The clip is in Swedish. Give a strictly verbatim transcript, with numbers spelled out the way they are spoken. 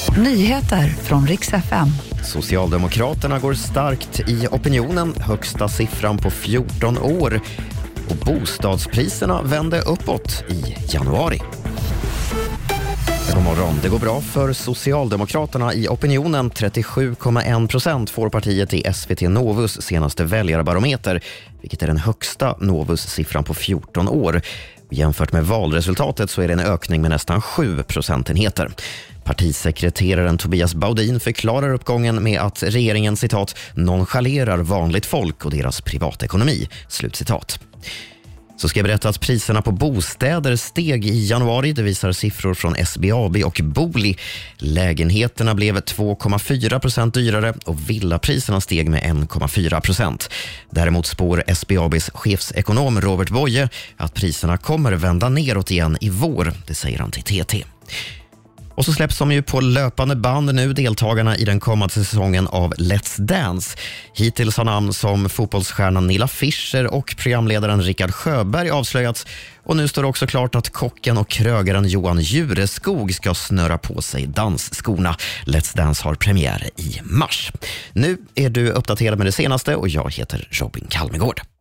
Nyheter från Rix F M. Socialdemokraterna går starkt i opinionen, högsta siffran på fjorton år. Och bostadspriserna vände uppåt i januari. God morgon. Det går bra för Socialdemokraterna i opinionen. trettiosju komma en procent får partiet i S V T Novus senaste väljarbarometer, vilket är den högsta Novus-siffran på fjorton år. Jämfört med valresultatet så är det en ökning med nästan sju procentenheter. Partisekreteraren Tobias Baudin förklarar uppgången med att regeringen, citat, nonchalerar vanligt folk och deras privatekonomi, slutcitat. Så ska jag berätta att priserna på bostäder steg i januari. Det visar siffror från S B A B och Booli. Lägenheterna blev två komma fyra procent dyrare och villapriserna steg med en komma fyra procent. Däremot spår S B A B:s chefsekonom Robert Boye att priserna kommer vända neråt igen i vår, det säger han till T T. Och så släpps de ju på löpande band nu, deltagarna i den kommande säsongen av Let's Dance. Hittills har namn som fotbollsstjärnan Nilla Fischer och programledaren Rickard Sjöberg avslöjats. Och nu står det också klart att kocken och krögaren Johan Jureskog ska snöra på sig dansskorna. Let's Dance har premiär i mars. Nu är du uppdaterad med det senaste och jag heter Robin Kalmegård.